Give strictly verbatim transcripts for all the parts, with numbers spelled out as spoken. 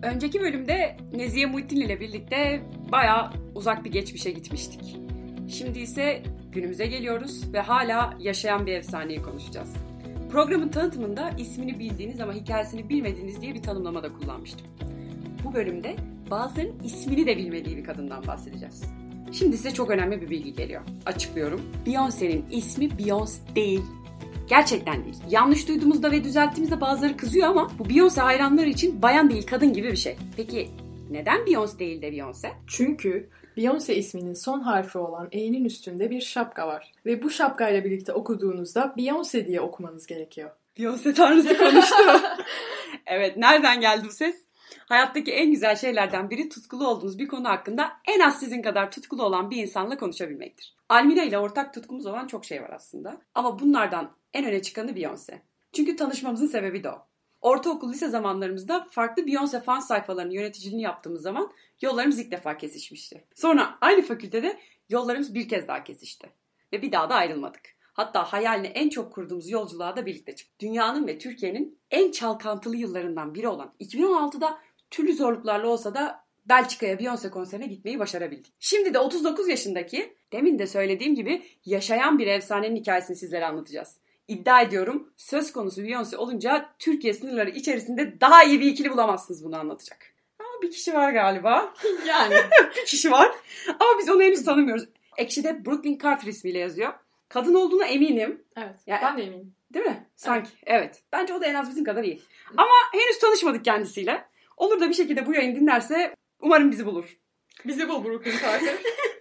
Önceki bölümde Nezihe Muhittin ile birlikte bayağı uzak bir geçmişe gitmiştik. Şimdi ise günümüze geliyoruz ve hala yaşayan bir efsaneyi konuşacağız. Programın tanıtımında ismini bildiğiniz ama hikayesini bilmediğiniz diye bir tanımlama da kullanmıştım. Bu bölümde bazılarının ismini de bilmediği bir kadından bahsedeceğiz. Şimdi size çok önemli bir bilgi geliyor. Açıklıyorum. Beyoncé'nin ismi Beyoncé değil. Gerçekten değil. Yanlış duyduğumuzda ve düzelttiğimizde bazıları kızıyor ama bu Beyoncé hayranları için bayan değil kadın gibi bir şey. Peki neden Beyoncé değil de Beyoncé? Çünkü Beyoncé isminin son harfi olan E'nin üstünde bir şapka var. Ve bu şapkayla birlikte okuduğunuzda Beyoncé diye okumanız gerekiyor. Beyoncé tanrısı konuştu. Evet, nereden geldi bu ses? Hayattaki en güzel şeylerden biri tutkulu olduğunuz bir konu hakkında en az sizin kadar tutkulu olan bir insanla konuşabilmektir. Almina ile ortak tutkumuz olan çok şey var aslında. Ama bunlardan en öne çıkanı Beyoncé. Çünkü tanışmamızın sebebi de o. Ortaokul, lise zamanlarımızda farklı Beyoncé fan sayfalarının yöneticiliğini yaptığımız zaman yollarımız ilk defa kesişmişti. Sonra aynı fakültede yollarımız bir kez daha kesişti. Ve bir daha da ayrılmadık. Hatta hayalini en çok kurduğumuz yolculuğa da birlikte çıktık. Dünyanın ve Türkiye'nin en çalkantılı yıllarından biri olan iki bin on altıda türlü zorluklarla olsa da Belçika'ya Beyoncé konserine gitmeyi başarabildik. Şimdi de otuz dokuz yaşındaki, demin de söylediğim gibi yaşayan bir efsanenin hikayesini sizlere anlatacağız. İddia ediyorum söz konusu Beyoncé olunca Türkiye sınırları içerisinde daha iyi bir ikili bulamazsınız bunu anlatacak. Ama bir kişi var galiba. Yani bir kişi var ama biz onu henüz tanımıyoruz. Ekşi'de Brooklyn Carter ismiyle yazıyor. Kadın olduğuna eminim. Evet, yani, ben de eminim. Değil mi? Sanki. Evet. evet. Bence o da en az bizim kadar iyi. Ama henüz tanışmadık kendisiyle. Olur da bir şekilde bu yayını dinlerse umarım bizi bulur. Bizi bul Brooklyn Carter.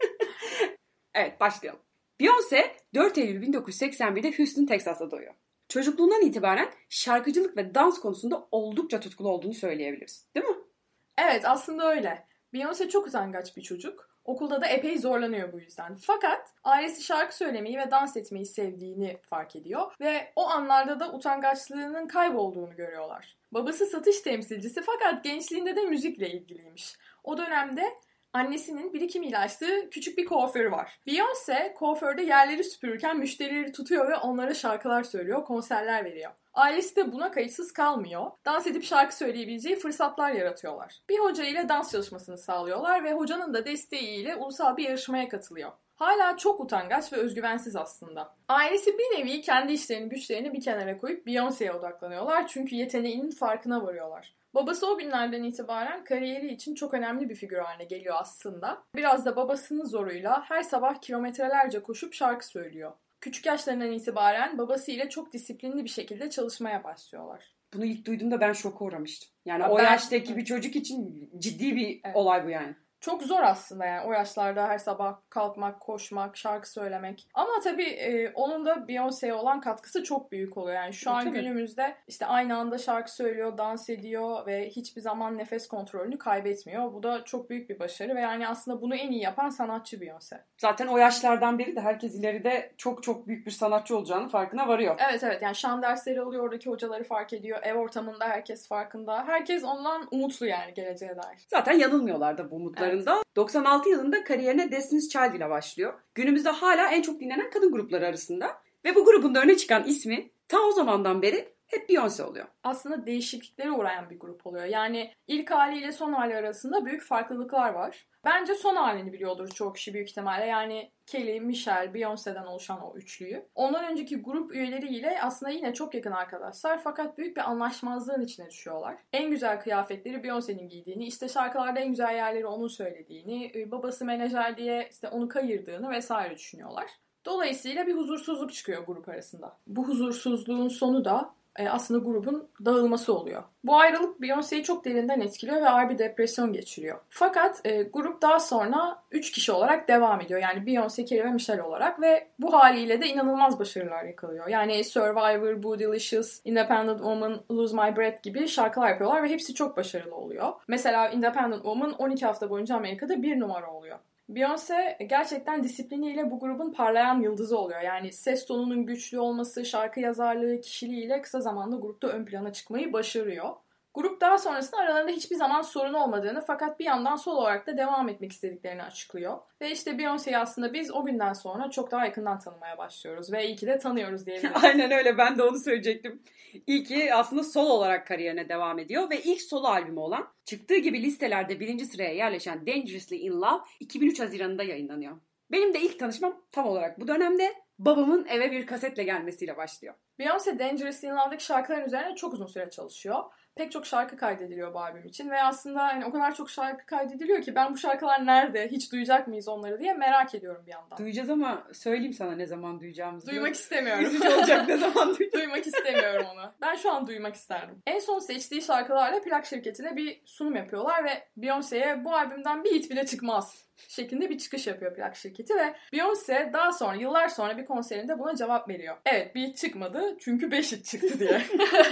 Evet, başlayalım. Beyoncé dört Eylül bin dokuz yüz seksen birde Houston, Texas'ta doğuyor. Çocukluğundan itibaren şarkıcılık ve dans konusunda oldukça tutkulu olduğunu söyleyebiliriz. Değil mi? Evet, aslında öyle. Beyoncé çok utangaç bir çocuk. Okulda da epey zorlanıyor bu yüzden. Fakat ailesi şarkı söylemeyi ve dans etmeyi sevdiğini fark ediyor. Ve o anlarda da utangaçlığının kaybolduğunu görüyorlar. Babası satış temsilcisi fakat gençliğinde de müzikle ilgiliymiş. O dönemde annesinin birikimiyle açtığı küçük bir kuaförü var. Beyoncé kuaförde yerleri süpürürken müşterileri tutuyor ve onlara şarkılar söylüyor, konserler veriyor. Ailesi de buna kayıtsız kalmıyor. Dans edip şarkı söyleyebileceği fırsatlar yaratıyorlar. Bir hoca ile dans çalışmasını sağlıyorlar ve hocanın da desteğiyle ulusal bir yarışmaya katılıyor. Hala çok utangaç ve özgüvensiz aslında. Ailesi bir nevi kendi işlerini güçlerini bir kenara koyup Beyoncé'ye odaklanıyorlar çünkü yeteneğinin farkına varıyorlar. Babası o günlerden itibaren kariyeri için çok önemli bir figür haline geliyor aslında. Biraz da babasının zoruyla her sabah kilometrelerce koşup şarkı söylüyor. Küçük yaşlarından itibaren babasıyla çok disiplinli bir şekilde çalışmaya başlıyorlar. Bunu ilk duyduğumda ben şoka uğramıştım. Yani ya o ben, yaştaki evet. bir çocuk için ciddi bir evet. olay bu yani. Çok zor aslında yani o yaşlarda her sabah kalkmak, koşmak, şarkı söylemek. Ama tabii e, onun da Beyoncé'ye olan katkısı çok büyük oluyor. Yani şu an tabii. günümüzde işte aynı anda şarkı söylüyor, dans ediyor ve hiçbir zaman nefes kontrolünü kaybetmiyor. Bu da çok büyük bir başarı ve yani aslında bunu en iyi yapan sanatçı Beyoncé. Zaten o yaşlardan beri de herkes ileride çok çok büyük bir sanatçı olacağını farkına varıyor. Evet evet yani şan dersleri alıyor, oradaki hocaları fark ediyor. Ev ortamında herkes farkında. Herkes ondan umutlu yani geleceğe dair. Zaten yanılmıyorlar da bu umutlarında. Evet. doksan altı yılında kariyerine Destiny's Child ile başlıyor. Günümüzde hala en çok dinlenen kadın grupları arasında. Ve bu grubun da öne çıkan ismi ta o zamandan beri hep Beyoncé oluyor. Aslında değişikliklere uğrayan bir grup oluyor. Yani ilk haliyle son hali arasında büyük farklılıklar var. Bence son halini biliyordur çoğu kişi büyük ihtimalle. Yani Kelly, Michelle, Beyoncé'den oluşan o üçlüyü. Ondan önceki grup üyeleriyle aslında yine çok yakın arkadaşlar fakat büyük bir anlaşmazlığın içine düşüyorlar. En güzel kıyafetleri Beyoncé'nin giydiğini, işte şarkılarda en güzel yerleri onun söylediğini, babası menajer diye işte onu kayırdığını vesaire düşünüyorlar. Dolayısıyla bir huzursuzluk çıkıyor grup arasında. Bu huzursuzluğun sonu da aslında grubun dağılması oluyor. Bu ayrılık Beyoncé'yi çok derinden etkiliyor ve ağır bir depresyon geçiriyor. Fakat e, grup daha sonra üç kişi olarak devam ediyor. Yani Beyoncé, Kelly ve Michelle olarak ve bu haliyle de inanılmaz başarılar yakalıyor. Yani Survivor, Bootylicious, Independent Woman, Lose My Breath gibi şarkılar yapıyorlar ve hepsi çok başarılı oluyor. Mesela Independent Woman on iki hafta boyunca Amerika'da bir numara oluyor. Beyoncé gerçekten disipliniyle bu grubun parlayan yıldızı oluyor. Yani ses tonunun güçlü olması, şarkı yazarlığı, kişiliğiyle kısa zamanda grupta ön plana çıkmayı başarıyor. Grup daha sonrasında aralarında hiçbir zaman sorun olmadığını fakat bir yandan solo olarak da devam etmek istediklerini açıklıyor. Ve işte Beyoncé'yi aslında biz o günden sonra çok daha yakından tanımaya başlıyoruz. Ve iyi ki de tanıyoruz diyebiliriz. Aynen öyle, ben de onu söyleyecektim. İyi ki aslında solo olarak kariyerine devam ediyor ve ilk solo albümü olan, çıktığı gibi listelerde birinci sıraya yerleşen Dangerously in Love iki bin üç Haziran'ında yayınlanıyor. Benim de ilk tanışmam tam olarak bu dönemde babamın eve bir kasetle gelmesiyle başlıyor. Beyoncé Dangerously in Love'daki şarkıların üzerine çok uzun süre çalışıyor. Pek çok şarkı kaydediliyor bu albüm için ve aslında hani o kadar çok şarkı kaydediliyor ki ben bu şarkılar nerede, hiç duyacak mıyız onları diye merak ediyorum bir yandan. Duyacağız ama söyleyeyim sana ne zaman duyacağımızı. Duymak istemiyorum. Üzücü olacak ne zaman duyacağım. Duymak istemiyorum onu. Ben şu an duymak isterdim. En son seçtiği şarkılarla plak şirketine bir sunum yapıyorlar ve Beyoncé'ye bu albümden bir hit bile çıkmaz şeklinde bir çıkış yapıyor plak şirketi ve Beyoncé daha sonra, yıllar sonra bir konserinde buna cevap veriyor. Evet, bir hit çıkmadı çünkü beş hit çıktı diye.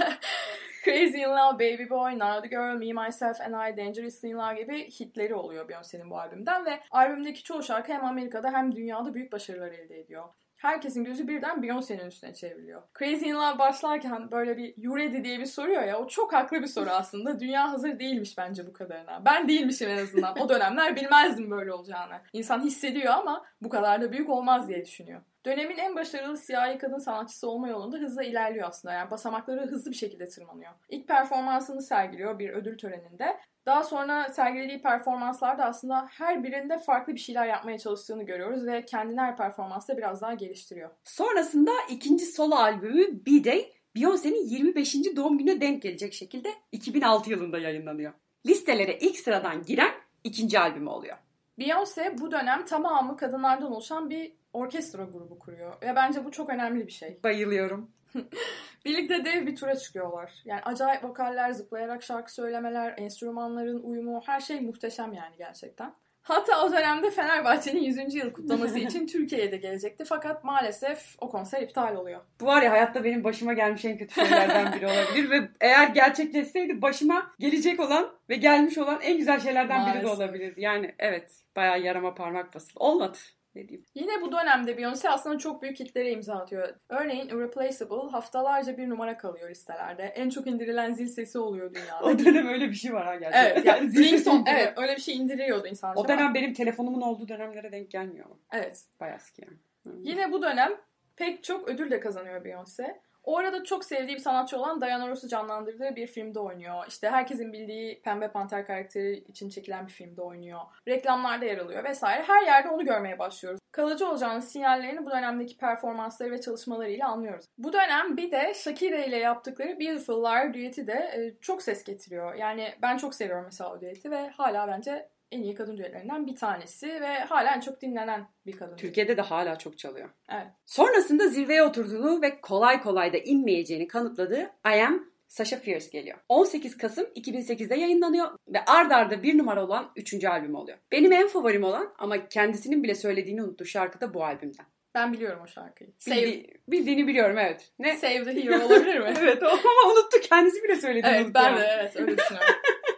Crazy in Love, Baby Boy, Now the Girl, Me, Myself and I, Dangerously in Love gibi hitleri oluyor Beyoncé'nin bu albümden ve albümdeki çoğu şarkı hem Amerika'da hem dünyada büyük başarılar elde ediyor. Herkesin gözü birden Beyoncé'nin üstüne çevriliyor. Crazy in Love başlarken böyle bir "You ready?" diye bir soruyor ya, o çok haklı bir soru aslında. Dünya hazır değilmiş bence bu kadarına. Ben değilmişim en azından. O dönemler bilmezdim böyle olacağını. İnsan hissediyor ama bu kadar da büyük olmaz diye düşünüyor. Dönemin en başarılı siyahi kadın sanatçısı olma yolunda hızla ilerliyor aslında. Yani basamakları hızlı bir şekilde tırmanıyor. İlk performansını sergiliyor bir ödül töreninde. Daha sonra sergilediği performanslarda aslında her birinde farklı bir şeyler yapmaya çalıştığını görüyoruz ve kendini her performansta biraz daha geliştiriyor. Sonrasında ikinci solo albümü B-Day, Beyoncé'nin yirmi beşinci doğum gününe denk gelecek şekilde iki bin altı yılında yayınlanıyor. Listelere ilk sıradan giren ikinci albümü oluyor. Beyoncé bu dönem tamamı kadınlardan oluşan bir orkestra grubu kuruyor. Ve bence bu çok önemli bir şey. Bayılıyorum. Birlikte dev bir tura çıkıyorlar. Yani acayip vokaller, zıplayarak şarkı söylemeler, enstrümanların uyumu, her şey muhteşem yani gerçekten. Hatta o dönemde Fenerbahçe'nin yüzüncü yıl kutlaması için Türkiye'ye de gelecekti. Fakat maalesef o konser iptal oluyor. Bu var ya, hayatta benim başıma gelmiş en kötü şeylerden biri olabilir. Ve eğer gerçekleşseydi başıma gelecek olan ve gelmiş olan en güzel şeylerden maalesef biri de olabilirdi. Yani evet, bayağı yarama parmak basıldı. Olmadı. Yine bu dönemde Beyoncé aslında çok büyük hitlere imza atıyor. Örneğin Irreplaceable haftalarca bir numara kalıyor listelerde. En çok indirilen zil sesi oluyor dünyada. O dönem öyle bir şey var ha gerçekten. Evet, yani zil son, evet öyle bir şey indiriyordu insanlar. O dönem benim telefonumun olduğu dönemlere denk gelmiyor. Evet. Bayağı eski yani. Hı. Yine bu dönem pek çok ödül de kazanıyor Beyoncé. O arada çok sevdiği bir sanatçı olan Diana Ross'u canlandırdığı bir filmde oynuyor. İşte herkesin bildiği Pembe Panter karakteri için çekilen bir filmde oynuyor. Reklamlarda yer alıyor vesaire. Her yerde onu görmeye başlıyoruz. Kalıcı olacağının sinyallerini bu dönemdeki performansları ve çalışmalarıyla anlıyoruz. Bu dönem bir de Shakira ile yaptıkları Beautiful Liar düeti de çok ses getiriyor. Yani ben çok seviyorum mesela o düeti ve hala bence en iyi kadın düetlerinden bir tanesi ve hala en çok dinlenen bir kadın. Türkiye'de de hala çok çalıyor. Evet. Sonrasında zirveye oturduğunu ve kolay kolay da inmeyeceğini kanıtladığı I Am Sasha Fierce geliyor. on sekiz Kasım iki bin sekizde yayınlanıyor ve ard arda bir numara olan üçüncü albüm oluyor. Benim en favorim olan ama kendisinin bile söylediğini unuttuğu şarkı da bu albümden. Ben biliyorum o şarkıyı. Bildi, bildiğini biliyorum evet. Ne? Save the Hero olabilir mi? Evet ama unuttu, kendisi bile söylediğini evet, unuttu. Evet ben de evet öyle düşünüyorum.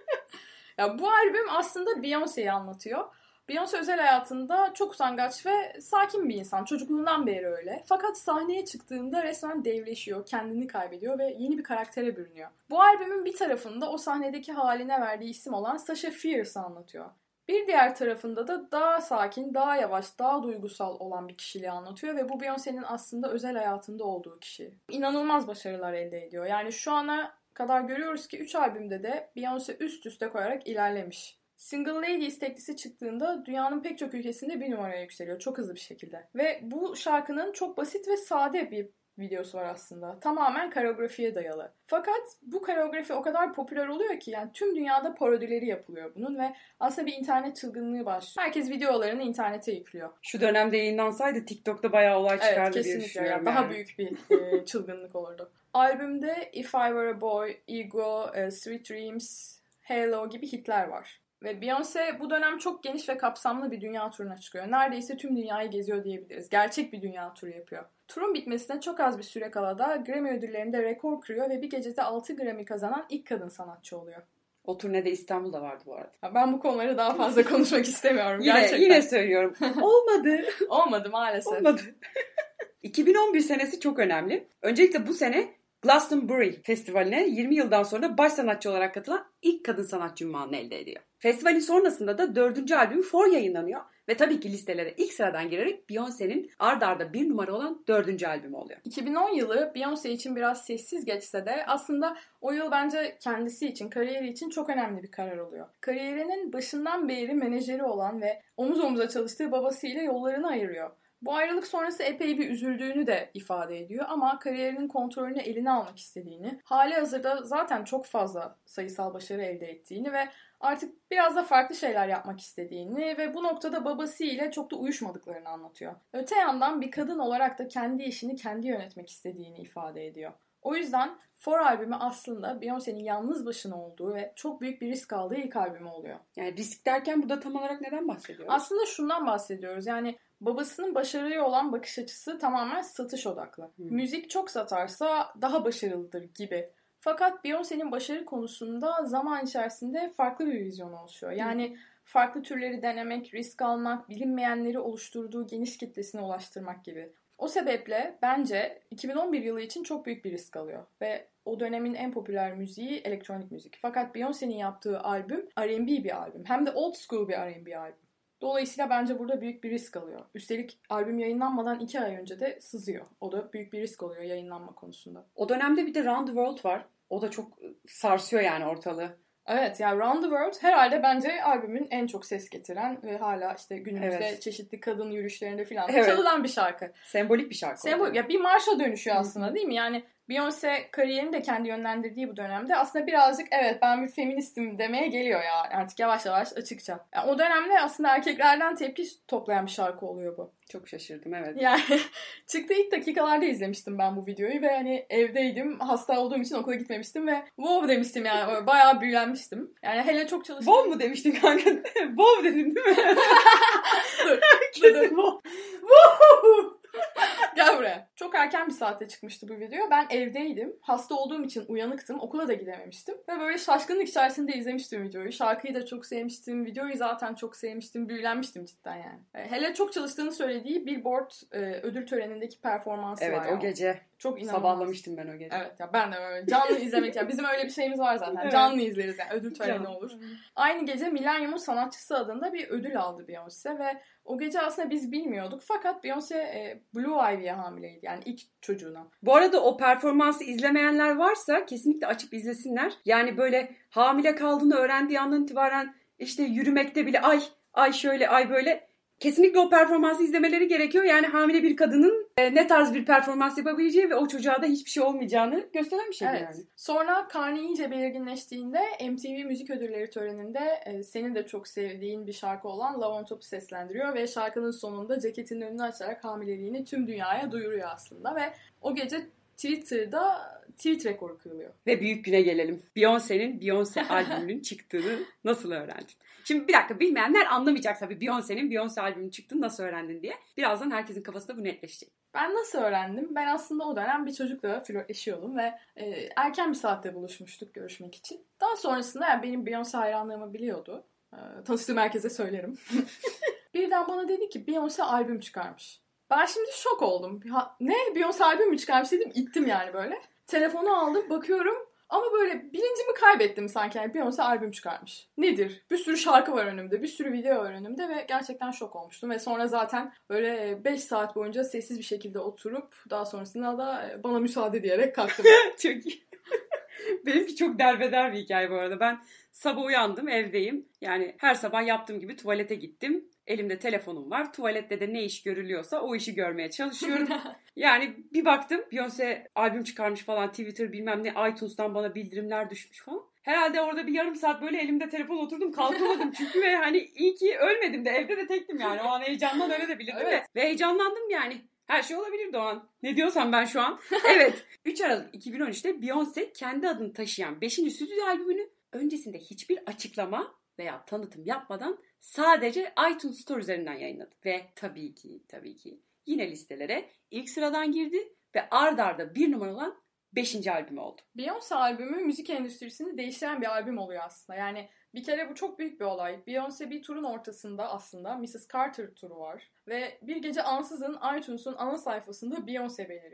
Ya bu albüm aslında Beyoncé'yi anlatıyor. Beyoncé özel hayatında çok utangaç ve sakin bir insan. Çocukluğundan beri öyle. Fakat sahneye çıktığında resmen devleşiyor, kendini kaybediyor ve yeni bir karaktere bürünüyor. Bu albümün bir tarafında o sahnedeki haline verdiği isim olan Sasha Fierce'ı anlatıyor. Bir diğer tarafında da daha sakin, daha yavaş, daha duygusal olan bir kişiliği anlatıyor ve bu Beyoncé'nin aslında özel hayatında olduğu kişi. İnanılmaz başarılar elde ediyor. Yani şu ana kadar görüyoruz ki üç albümde de Beyoncé üst üste koyarak ilerlemiş. Single Ladies teklisi çıktığında dünyanın pek çok ülkesinde bir numaraya yükseliyor. Çok hızlı bir şekilde. Ve bu şarkının çok basit ve sade bir videosu var aslında. Tamamen koreografiye dayalı. Fakat bu koreografi o kadar popüler oluyor ki yani tüm dünyada parodileri yapılıyor bunun ve aslında bir internet çılgınlığı başlıyor. Herkes videolarını internete yüklüyor. Şu dönemde yayınlansaydı TikTok'ta bayağı olay çıkardı evet, diye düşünüyorum. Yani. Daha büyük bir e, çılgınlık olurdu. Albümde If I Were a Boy, Ego, e, Sweet Dreams, Halo gibi hitler var. Ve Beyoncé bu dönem çok geniş ve kapsamlı bir dünya turuna çıkıyor. Neredeyse tüm dünyayı geziyor diyebiliriz. Gerçek bir dünya turu yapıyor. Turun bitmesine çok az bir süre kala da Grammy ödüllerinde rekor kırıyor ve bir gecede altı Grammy kazanan ilk kadın sanatçı oluyor. O turnede İstanbul'da vardı bu arada. Ben bu konuları daha fazla konuşmak istemiyorum. yine, gerçekten. Yine söylüyorum. Olmadı. Olmadı maalesef. Olmadı. iki bin on bir senesi çok önemli. Öncelikle bu sene Glastonbury Festivali'ne yirmi yıldan sonra da baş sanatçı olarak katılan ilk kadın sanatçı unvanını elde ediyor. Festivalin sonrasında da dördüncü albümü Four yayınlanıyor ve tabii ki listelere ilk sıradan girerek Beyoncé'nin ard arda bir numara olan dördüncü albümü oluyor. iki bin on yılı Beyoncé için biraz sessiz geçse de aslında o yıl bence kendisi için, kariyeri için çok önemli bir karar oluyor. Kariyerinin başından beri menajeri olan ve omuz omuza çalıştığı babasıyla yollarını ayırıyor. Bu ayrılık sonrası epey bir üzüldüğünü de ifade ediyor ama kariyerinin kontrolünü eline almak istediğini, hali hazırda zaten çok fazla sayısal başarı elde ettiğini ve artık biraz da farklı şeyler yapmak istediğini ve bu noktada babasıyla çok da uyuşmadıklarını anlatıyor. Öte yandan bir kadın olarak da kendi işini kendi yönetmek istediğini ifade ediyor. O yüzden Four albümü aslında Beyoncé'nin yalnız başına olduğu ve çok büyük bir risk aldığı ilk albümü oluyor. Yani risk derken burada tam olarak neden bahsediyoruz? Aslında şundan bahsediyoruz. Yani babasının başarıya olan bakış açısı tamamen satış odaklı. Hmm. Müzik çok satarsa daha başarılıdır gibi. Fakat Beyoncé'nin başarı konusunda zaman içerisinde farklı bir vizyon oluşuyor. Yani hmm. farklı türleri denemek, risk almak, bilinmeyenleri oluşturduğu geniş kitlesine ulaştırmak gibi. O sebeple bence iki bin on bir yılı için çok büyük bir risk alıyor. Ve o dönemin en popüler müziği elektronik müzik. Fakat Beyoncé'nin yaptığı albüm R and B bir albüm. Hem de old school bir R and B albüm. Dolayısıyla bence burada büyük bir risk alıyor. Üstelik albüm yayınlanmadan iki ay önce de sızıyor. O da büyük bir risk oluyor yayınlanma konusunda. O dönemde bir de Round the World var. O da çok sarsıyor yani ortalığı. Evet, yani Round the World herhalde bence albümün en çok ses getiren ve hala işte günümüzde evet. çeşitli kadın yürüyüşlerinde falan evet. çalınan bir şarkı. Sembolik bir şarkı. Sembolik. Ya bir marşa dönüşüyor aslında Hı-hı. değil mi? Yani Beyoncé kariyerini de kendi yönlendirdiği bu dönemde aslında birazcık evet ben bir feministim demeye geliyor ya artık yavaş yavaş açıkça. Yani o dönemde aslında erkeklerden tepki toplayan bir şarkı oluyor bu. Çok şaşırdım evet. Yani çıktığı ilk dakikalarda izlemiştim ben bu videoyu ve hani evdeydim hasta olduğum için okula gitmemiştim ve wow demiştim yani bayağı büyülenmiştim. Yani hele çok çalıştım. Wow mu demiştin kanka? Wow dedin değil mi? dur. Kesin wow. Wow. Gel buraya. Çok erken bir saatte çıkmıştı bu video. Ben evdeydim. Hasta olduğum için uyanıktım. Okula da gidememiştim. Ve böyle şaşkınlık içerisinde izlemiştim videoyu. Şarkıyı da çok sevmiştim. Videoyu zaten çok sevmiştim. Büyülenmiştim cidden yani. Hele çok çalıştığını söylediği Billboard e, ödül törenindeki performansı evet, var. Evet o ya. gece. Çok inanılmaz. Sabahlamıştım ben o gece. Evet ya ben de böyle canlı izlemek ya bizim öyle bir şeyimiz var zaten. Evet. Canlı izleriz yani ödül töreni olur. Aynı gece Milenyumun Sanatçısı adında bir ödül aldı Beyoncé ve o gece aslında biz bilmiyorduk fakat Beyoncé e, Blue Ivy'ye hamileydi yani ilk çocuğuna. Bu arada o performansı izlemeyenler varsa kesinlikle açıp izlesinler. Yani böyle hamile kaldığını öğrendiği andan itibaren işte yürümekte bile ay ay şöyle ay böyle kesinlikle o performansı izlemeleri gerekiyor. Yani hamile bir kadının e, ne tarz bir performans yapabileceği ve o çocuğa da hiçbir şey olmayacağını gösteren bir şey evet. yani. Sonra karnı iyice belirginleştiğinde M T V Müzik Ödülleri töreninde e, senin de çok sevdiğin bir şarkı olan Love on Top'u seslendiriyor ve şarkının sonunda ceketinin önünü açarak hamileliğini tüm dünyaya duyuruyor aslında ve o gece Twitter'da tweet rekoru kırılıyor. Ve büyük güne gelelim. Beyoncé'nin Beyoncé albümünün çıktığını nasıl öğrendin? Şimdi bir dakika bilmeyenler anlamayacak tabii Beyoncé'nin Beyoncé albümünün çıktığını nasıl öğrendin diye. Birazdan herkesin kafasında bu netleşecek. Ben nasıl öğrendim? Ben aslında o dönem bir çocukla flörtleşiyordum ve e, erken bir saatte buluşmuştuk görüşmek için. Daha sonrasında yani benim Beyoncé hayranlığımı biliyordu. E, tanıştığım herkese söylerim. Birden bana dedi ki Beyoncé albüm çıkarmış. Ben şimdi şok oldum. Ha, ne? Beyoncé albüm mü çıkarmış dedim. İttim yani böyle. Telefonu aldım bakıyorum. Ama böyle bilincimi kaybettim sanki. Yani Beyoncé albüm çıkarmış. Nedir? Bir sürü şarkı var önümde. Bir sürü video var önümde ve gerçekten şok olmuştum. Ve sonra zaten böyle beş saat boyunca sessiz bir şekilde oturup daha sonrasında da bana müsaade diyerek kalktım. Çok iyi. Benimki çok derbeder bir hikaye bu arada. Ben sabah uyandım, evdeyim. Yani her sabah yaptığım gibi tuvalete gittim. Elimde telefonum var. Tuvalette de ne iş görülüyorsa o işi görmeye çalışıyorum. Yani bir baktım Beyoncé albüm çıkarmış falan, Twitter bilmem ne, iTunes'tan bana bildirimler düşmüş falan. Herhalde orada bir yarım saat böyle elimde telefon oturdum, kalkamadım çünkü ve hani iyi ki ölmedim de evde de tektim yani. O an heyecandan öyle de bilirdim evet. Ve heyecanlandım yani. Her şey olabilirdi o an. Ne diyorsam ben şu an. Evet. üç Aralık iki bin on üçte Beyoncé kendi adını taşıyan beşinci stüdyo albümünü öncesinde hiçbir açıklama veya tanıtım yapmadan sadece iTunes Store üzerinden yayınladı. Ve tabii ki, tabii ki yine listelere ilk sıradan girdi ve ard arda bir numara olan beşinci albümü oldu. Beyoncé albümü müzik endüstrisini değiştiren bir albüm oluyor aslında. Yani bir kere bu çok büyük bir olay. Beyoncé bir turun ortasında aslında missus Carter turu var. Ve bir gece ansızın iTunes'un ana sayfasında Beyoncé beliriyor.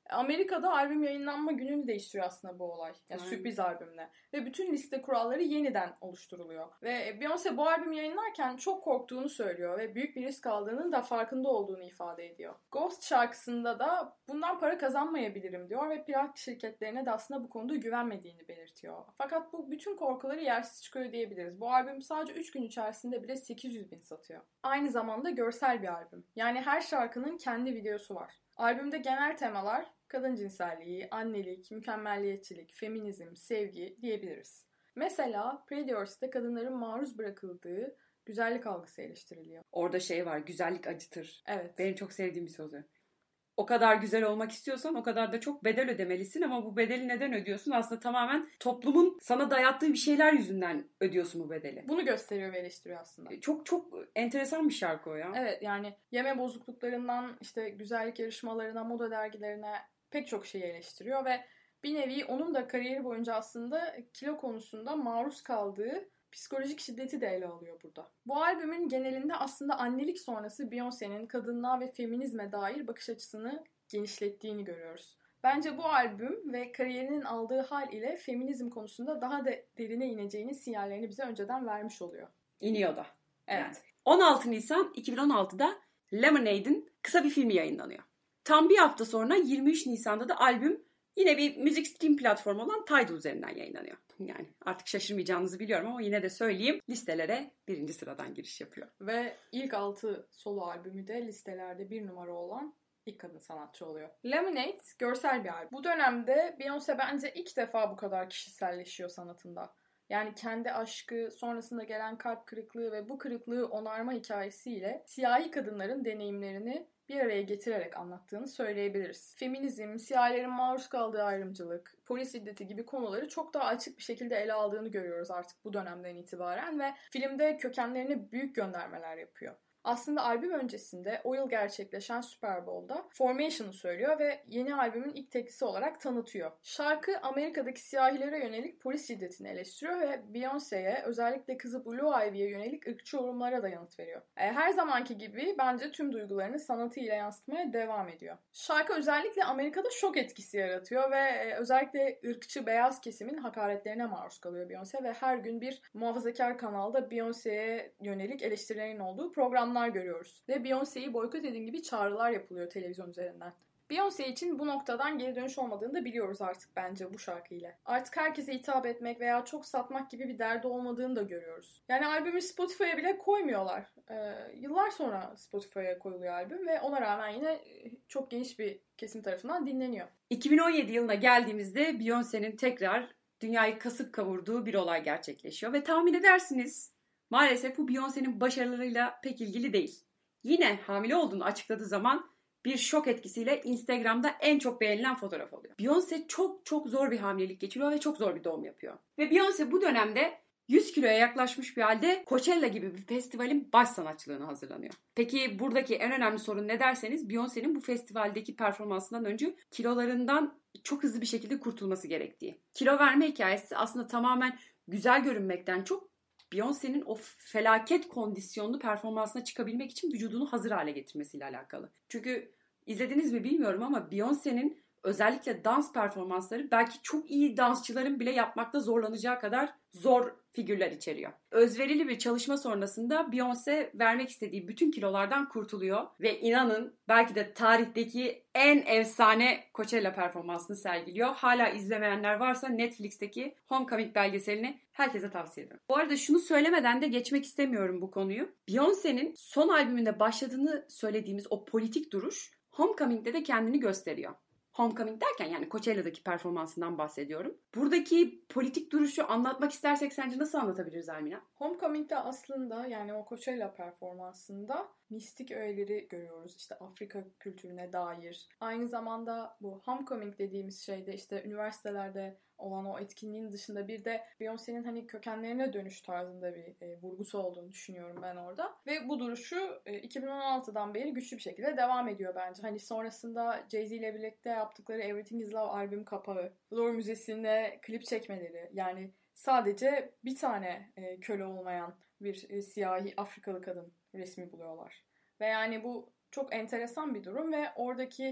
Amerika'da albüm yayınlanma gününü değiştiriyor aslında bu olay. Yani Aynen. sürpriz albümle. Ve bütün liste kuralları yeniden oluşturuluyor. Ve Beyoncé bu albümü yayınlarken çok korktuğunu söylüyor ve büyük bir risk aldığının da farkında olduğunu ifade ediyor. Ghost şarkısında da bundan para kazanmayabilirim diyor ve plak şirketlerine de aslında bu konuda güvenmediğini belirtiyor. Fakat bu bütün korkuları yersiz çıkıyor diyebiliriz. Bu albüm sadece üç gün içerisinde bile sekiz yüz bin satıyor. Aynı zamanda görsel bir albüm. Yani her şarkının kendi videosu var. Albümde genel temalar kadın cinselliği, annelik, mükemmelliyetçilik, feminizm, sevgi diyebiliriz. Mesela Pretty Hurts'te kadınların maruz bırakıldığı güzellik algısı eleştiriliyor. Orada şey var, güzellik acıtır. Evet. Benim çok sevdiğim bir sözü. O kadar güzel olmak istiyorsan o kadar da çok bedel ödemelisin ama bu bedeli neden ödüyorsun? Aslında tamamen toplumun sana dayattığı bir şeyler yüzünden ödüyorsun bu bedeli. Bunu gösteriyor ve eleştiriyor aslında. Çok çok enteresan bir şarkı o ya. Evet, yani yeme bozukluklarından işte güzellik yarışmalarına, moda dergilerine pek çok şeyi eleştiriyor ve bir nevi onun da kariyeri boyunca aslında kilo konusunda maruz kaldığı psikolojik şiddeti de ele alıyor burada. Bu albümün genelinde aslında annelik sonrası Beyoncé'nin kadınlığa ve feminizme dair bakış açısını genişlettiğini görüyoruz. Bence bu albüm ve kariyerinin aldığı hal ile feminizm konusunda daha da derine ineceğinin sinyallerini bize önceden vermiş oluyor. İniyor da. Evet. Yani. on altı Nisan iki bin on altıda Lemonade'in kısa bir filmi yayınlanıyor. Tam bir hafta sonra yirmi üç Nisan'da da albüm yine bir müzik stream platformu olan Tidal üzerinden yayınlanıyor. Yani artık şaşırmayacağınızı biliyorum ama yine de söyleyeyim. Listelere birinci sıradan giriş yapıyor. Ve ilk altı solo albümü de listelerde bir numara olan ilk kadın sanatçı oluyor. Lemonade görsel bir albüm. Bu dönemde Beyoncé bence ilk defa bu kadar kişiselleşiyor sanatında. Yani kendi aşkı, sonrasında gelen kalp kırıklığı ve bu kırıklığı onarma hikayesiyle siyahi kadınların deneyimlerini bir araya getirerek anlattığını söyleyebiliriz. Feminizm, siyahilerin maruz kaldığı ayrımcılık, polis şiddeti gibi konuları çok daha açık bir şekilde ele aldığını görüyoruz artık bu dönemden itibaren ve filmde kökenlerine büyük göndermeler yapıyor. Aslında albüm öncesinde o yıl gerçekleşen Super Bowl'da Formation'ı söylüyor ve yeni albümün ilk teklisi olarak tanıtıyor. Şarkı Amerika'daki siyahilere yönelik polis şiddetini eleştiriyor ve Beyoncé'ye özellikle kızı Blue Ivy'ye yönelik ırkçı yorumlara da yanıt veriyor. Her zamanki gibi bence tüm duygularını sanatıyla yansıtmaya devam ediyor. Şarkı özellikle Amerika'da şok etkisi yaratıyor ve özellikle ırkçı beyaz kesimin hakaretlerine maruz kalıyor Beyoncé ve her gün bir muhafazakar kanalda Beyoncé'ye yönelik eleştirilerin olduğu program görüyoruz. Ve Beyoncé'yi boykot edin gibi çağrılar yapılıyor televizyon üzerinden. Beyoncé için bu noktadan geri dönüş olmadığını da biliyoruz artık bence bu şarkıyla. Artık herkese hitap etmek veya çok satmak gibi bir derdi olmadığını da görüyoruz. Yani albümü Spotify'a bile koymuyorlar. Ee, yıllar sonra Spotify'a koyuluyor albüm ve ona rağmen yine çok geniş bir kesim tarafından dinleniyor. iki bin on yedi yılına geldiğimizde Beyoncé'nin tekrar dünyayı kasıp kavurduğu bir olay gerçekleşiyor ve tahmin edersiniz maalesef bu Beyoncé'nin başarılarıyla pek ilgili değil. Yine hamile olduğunu açıkladığı zaman bir şok etkisiyle Instagram'da en çok beğenilen fotoğraf oluyor. Beyoncé çok çok zor bir hamilelik geçiriyor ve çok zor bir doğum yapıyor. Ve Beyoncé bu dönemde yüz kiloya yaklaşmış bir halde Coachella gibi bir festivalin baş sanatçılığına hazırlanıyor. Peki buradaki en önemli sorun ne derseniz Beyoncé'nin bu festivaldeki performansından önce kilolarından çok hızlı bir şekilde kurtulması gerektiği. Kilo verme hikayesi aslında tamamen güzel görünmekten çok Beyoncé'nin o felaket kondisyonlu performansına çıkabilmek için vücudunu hazır hale getirmesiyle alakalı. Çünkü izlediniz mi bilmiyorum ama Beyoncé'nin özellikle dans performansları belki çok iyi dansçıların bile yapmakta zorlanacağı kadar zor figürler içeriyor. Özverili bir çalışma sonrasında Beyoncé vermek istediği bütün kilolardan kurtuluyor ve inanın belki de tarihteki en efsane Coachella performansını sergiliyor. Hala izlemeyenler varsa Netflix'teki Homecoming belgeselini herkese tavsiye ederim. Bu arada şunu söylemeden de geçmek istemiyorum bu konuyu. Beyoncé'nin son albümünde başladığını söylediğimiz o politik duruş Homecoming'de de kendini gösteriyor. Homecoming derken yani Coachella'daki performansından bahsediyorum. Buradaki politik duruşu anlatmak istersek sence nasıl anlatabiliriz Almina? Homecoming'de aslında yani o Coachella performansında mistik öğeleri görüyoruz. İşte Afrika kültürüne dair. Aynı zamanda bu Homecoming dediğimiz şeyde işte üniversitelerde olan o etkinliğin dışında bir de Beyoncé'nin hani kökenlerine dönüş tarzında bir e, vurgusu olduğunu düşünüyorum ben orada. Ve bu duruşu e, iki bin on altıdan beri güçlü bir şekilde devam ediyor bence. Hani sonrasında Jay-Z ile birlikte yaptıkları Everything Is Love albüm kapağı, Louvre Müzesi'nde klip çekmeleri, yani sadece bir tane e, köle olmayan bir e, siyahi Afrikalı kadın resmi buluyorlar. Ve yani bu çok enteresan bir durum ve oradaki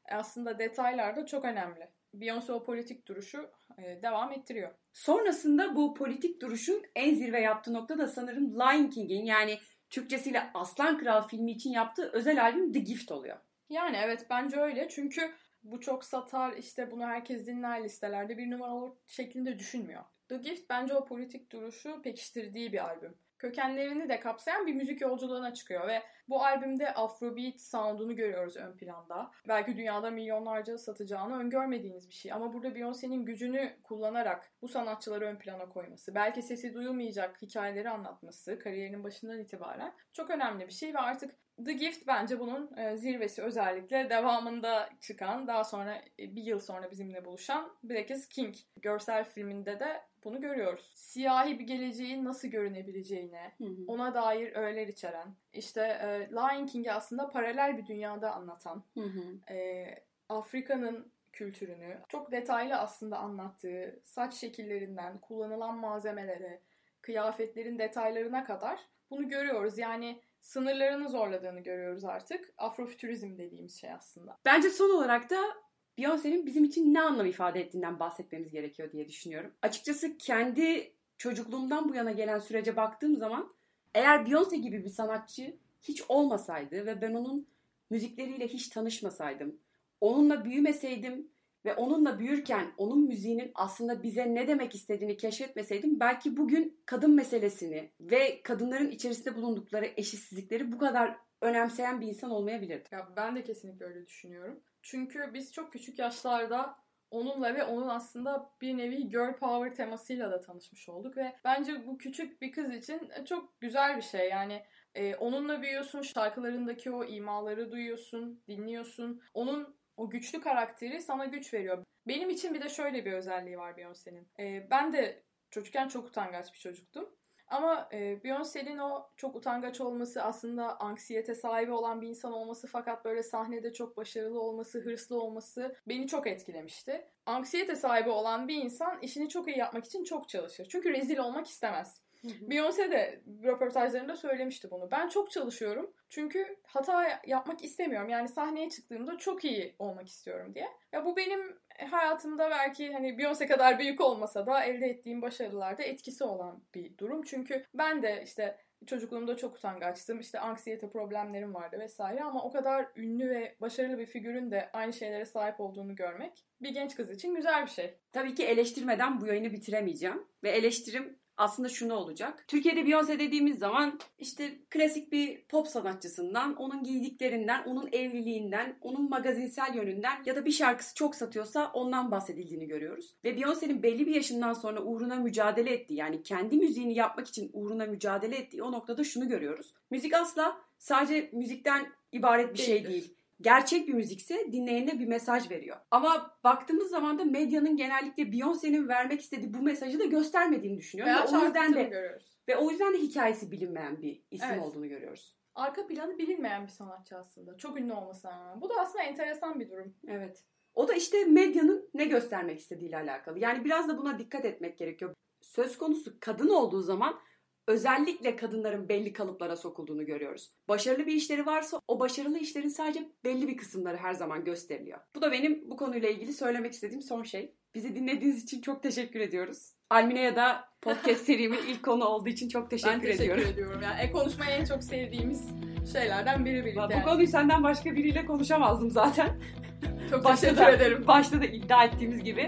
aslında detaylar da çok önemli. Beyoncé o politik duruşu e, devam ettiriyor. Sonrasında bu politik duruşun en zirve yaptığı nokta da sanırım Lion King'in, yani Türkçesiyle Aslan Kral filmi için yaptığı özel albüm The Gift oluyor. Yani evet, bence öyle. Çünkü bu çok satar, işte bunu herkes dinler listelerde bir numara olur şeklinde düşünmüyor. The Gift bence o politik duruşu pekiştirdiği bir albüm. Kökenlerini de kapsayan bir müzik yolculuğuna çıkıyor ve bu albümde Afrobeat sound'unu görüyoruz ön planda. Belki dünyada milyonlarca satacağını öngörmediğiniz bir şey ama burada Beyoncé'nin gücünü kullanarak bu sanatçıları ön plana koyması, belki sesi duyulmayacak hikayeleri anlatması kariyerinin başından itibaren çok önemli bir şey ve artık The Gift bence bunun zirvesi, özellikle devamında çıkan, daha sonra bir yıl sonra bizimle buluşan Black is King görsel filminde de bunu görüyoruz. Siyahi bir geleceğin nasıl görünebileceğine, hı hı. ona dair öğeler içeren, işte e, Lion King'i aslında paralel bir dünyada anlatan, hı hı. E, Afrika'nın kültürünü çok detaylı aslında anlattığı, saç şekillerinden kullanılan malzemelere, kıyafetlerin detaylarına kadar bunu görüyoruz. Yani sınırlarını zorladığını görüyoruz artık. Afrofütürizm dediğimiz şey aslında. Bence son olarak da Beyoncé'nin bizim için ne anlam ifade ettiğinden bahsetmemiz gerekiyor diye düşünüyorum. Açıkçası kendi çocukluğumdan bu yana gelen sürece baktığım zaman eğer Beyoncé gibi bir sanatçı hiç olmasaydı ve ben onun müzikleriyle hiç tanışmasaydım, onunla büyümeseydim ve onunla büyürken onun müziğinin aslında bize ne demek istediğini keşfetmeseydim, belki bugün kadın meselesini ve kadınların içerisinde bulundukları eşitsizlikleri bu kadar önemseyen bir insan olmayabilirdim. Ya ben de kesinlikle öyle düşünüyorum. Çünkü biz çok küçük yaşlarda onunla ve onun aslında bir nevi girl power temasıyla da tanışmış olduk ve bence bu küçük bir kız için çok güzel bir şey. Yani e, onunla büyüyorsun, şarkılarındaki o imaları duyuyorsun, dinliyorsun. Onun o güçlü karakteri sana güç veriyor. Benim için bir de şöyle bir özelliği var Beyoncé'nin. E, ben de çocukken çok utangaç bir çocuktum. Ama e, Beyoncé'nin o çok utangaç olması, aslında anksiyete sahibi olan bir insan olması fakat böyle sahnede çok başarılı olması, hırslı olması beni çok etkilemişti. Anksiyete sahibi olan bir insan işini çok iyi yapmak için çok çalışır. Çünkü rezil olmak istemez. Beyoncé de röportajlarında söylemişti bunu. Ben çok çalışıyorum çünkü hata yapmak istemiyorum. Yani sahneye çıktığımda çok iyi olmak istiyorum diye. Ya bu benim hayatımda belki hani Beyoncé kadar büyük olmasa da elde ettiğim başarılarda etkisi olan bir durum. Çünkü ben de işte çocukluğumda çok utangaçtım. İşte anksiyete problemlerim vardı vesaire ama o kadar ünlü ve başarılı bir figürün de aynı şeylere sahip olduğunu görmek bir genç kız için güzel bir şey. Tabii ki eleştirmeden bu yayını bitiremeyeceğim. Ve eleştirim aslında şunu olacak. Türkiye'de Beyoncé dediğimiz zaman işte klasik bir pop sanatçısından, onun giydiklerinden, onun evliliğinden, onun magazinsel yönünden ya da bir şarkısı çok satıyorsa ondan bahsedildiğini görüyoruz. Ve Beyoncé'nin belli bir yaşından sonra uğruna mücadele ettiği, yani kendi müziğini yapmak için uğruna mücadele ettiği o noktada şunu görüyoruz. Müzik asla sadece müzikten ibaret bir şey değil. Gerçek bir müzikse dinleyene bir mesaj veriyor. Ama baktığımız zaman da medyanın genellikle Beyoncé'nin vermek istediği bu mesajı da göstermediğini düşünüyorum. Veya ve o yüzden de görüyoruz. Ve o yüzden de hikayesi bilinmeyen bir isim evet. olduğunu görüyoruz. Arka planı bilinmeyen bir sanatçı aslında. Çok ünlü olmasına rağmen. Bu da aslında enteresan bir durum. Evet. O da işte medyanın ne göstermek istediğiyle alakalı. Yani biraz da buna dikkat etmek gerekiyor. Söz konusu kadın olduğu zaman özellikle kadınların belli kalıplara sokulduğunu görüyoruz. Başarılı bir işleri varsa o başarılı işlerin sadece belli bir kısımları her zaman gösteriliyor. Bu da benim bu konuyla ilgili söylemek istediğim son şey. Bizi dinlediğiniz için çok teşekkür ediyoruz. Almine'ye da podcast serimin ilk konu olduğu için çok teşekkür ediyorum. Ben teşekkür ediyorum. ediyorum. Yani e-konuşmayı en çok sevdiğimiz şeylerden biri birlikte. Bu konuyu senden başka biriyle konuşamazdım zaten. Çok başta teşekkür da, ederim. Başta da iddia ettiğimiz gibi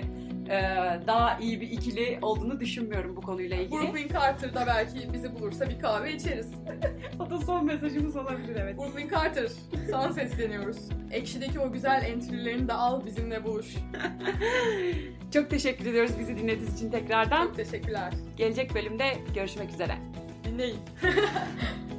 daha iyi bir ikili olduğunu düşünmüyorum bu konuyla ilgili. Brooklyn Carter da belki bizi bulursa bir kahve içeriz. O da son mesajımız olabilir, evet. Brooklyn Carter, sana sesleniyoruz. Ekşi'deki o güzel entry'lerini de al, bizimle buluş. Çok teşekkür ediyoruz bizi dinlediğiniz için tekrardan. Çok teşekkürler. Gelecek bölümde görüşmek üzere. Dinleyin.